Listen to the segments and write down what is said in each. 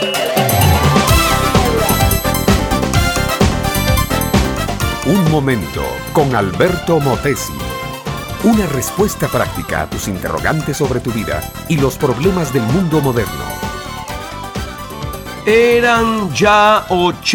Un momento con Alberto Motesi. Una respuesta práctica a tus interrogantes sobre tu vida y los problemas del mundo moderno. Eran ya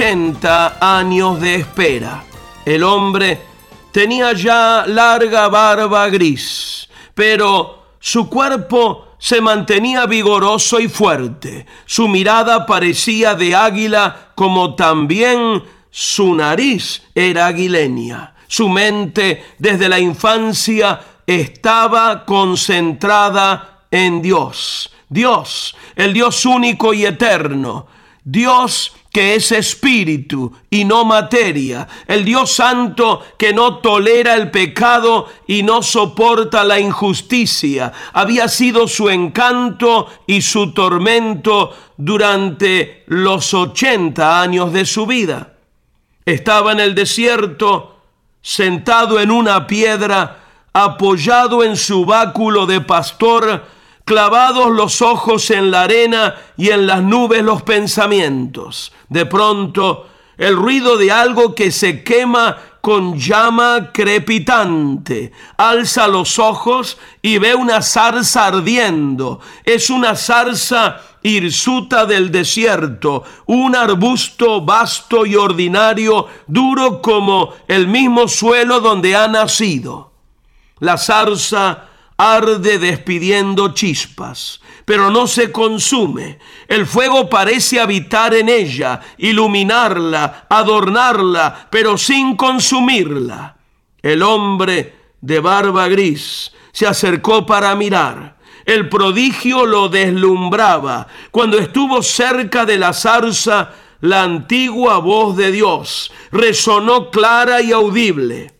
80 años de espera. El hombre tenía ya larga barba gris, pero su cuerpo se mantenía vigoroso y fuerte. Su mirada parecía de águila, como también su nariz era aguileña. Su mente desde la infancia estaba concentrada en Dios. Dios, el Dios único y eterno. Dios que es espíritu y no materia. El Dios santo que no tolera el pecado y no soporta la injusticia. Había sido su encanto y su tormento durante los 80 años de su vida. Estaba en el desierto, sentado en una piedra, apoyado en su báculo de pastor, clavados los ojos en la arena y en las nubes los pensamientos. De pronto, el ruido de algo que se quema con llama crepitante. Alza los ojos y ve una zarza ardiendo. Es una zarza hirsuta del desierto, un arbusto vasto y ordinario, duro como el mismo suelo donde ha nacido. La zarza arde despidiendo chispas, pero no se consume. El fuego parece habitar en ella, iluminarla, adornarla, pero sin consumirla. El hombre de barba gris se acercó para mirar. El prodigio lo deslumbraba. Cuando estuvo cerca de la zarza, la antigua voz de Dios resonó clara y audible.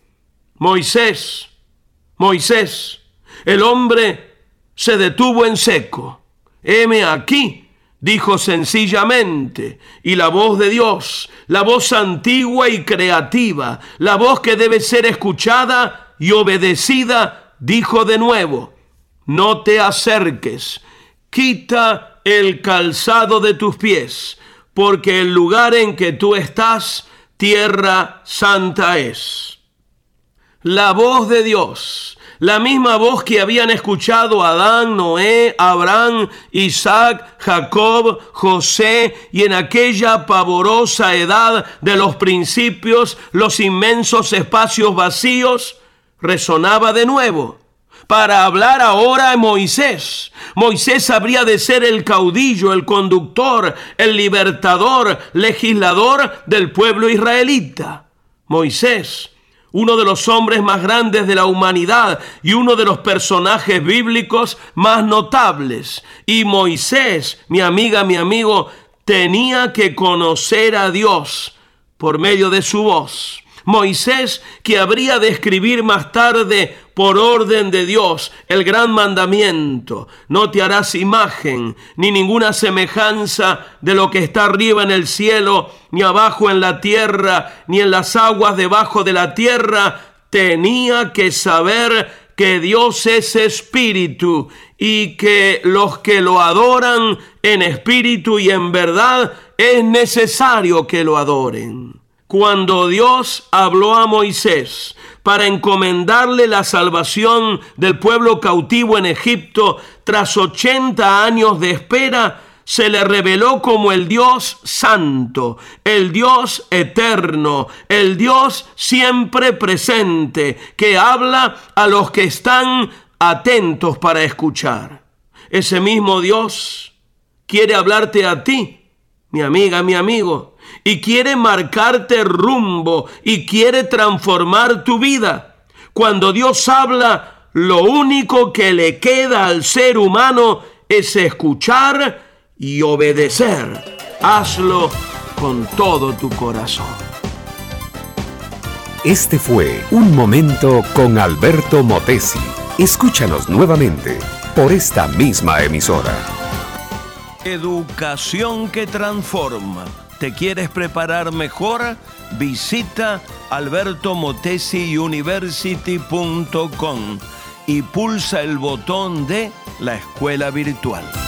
Moisés, Moisés. El hombre se detuvo en seco. Heme aquí, dijo sencillamente, y la voz de Dios, la voz antigua y creativa, la voz que debe ser escuchada y obedecida, dijo de nuevo: no te acerques, quita el calzado de tus pies, porque el lugar en que tú estás, tierra santa es. La voz de Dios, la misma voz que habían escuchado Adán, Noé, Abraham, Isaac, Jacob, José, y en aquella pavorosa edad de los principios, los inmensos espacios vacíos, resonaba de nuevo para hablar ahora a Moisés. Moisés habría de ser el caudillo, el conductor, el libertador, legislador del pueblo israelita. Moisés, uno de los hombres más grandes de la humanidad y uno de los personajes bíblicos más notables. Y Moisés, mi amiga, mi amigo, tenía que conocer a Dios por medio de su voz. Moisés, que habría de escribir más tarde por orden de Dios el gran mandamiento: no te harás imagen ni ninguna semejanza de lo que está arriba en el cielo, ni abajo en la tierra, ni en las aguas debajo de la tierra. Tenía que saber que Dios es espíritu y que los que lo adoran en espíritu y en verdad es necesario que lo adoren. Cuando Dios habló a Moisés para encomendarle la salvación del pueblo cautivo en Egipto, tras 80 años de espera, se le reveló como el Dios santo, el Dios eterno, el Dios siempre presente, que habla a los que están atentos para escuchar. Ese mismo Dios quiere hablarte a ti, mi amiga, mi amigo, y quiere marcarte rumbo y quiere transformar tu vida. Cuando Dios habla, lo único que le queda al ser humano es escuchar y obedecer. Hazlo con todo tu corazón. Este fue Un Momento con Alberto Motesi. Escúchanos nuevamente por esta misma emisora. Educación que transforma. ¿Te quieres preparar mejor? Visita albertomotesiuniversity.com y pulsa el botón de la escuela virtual.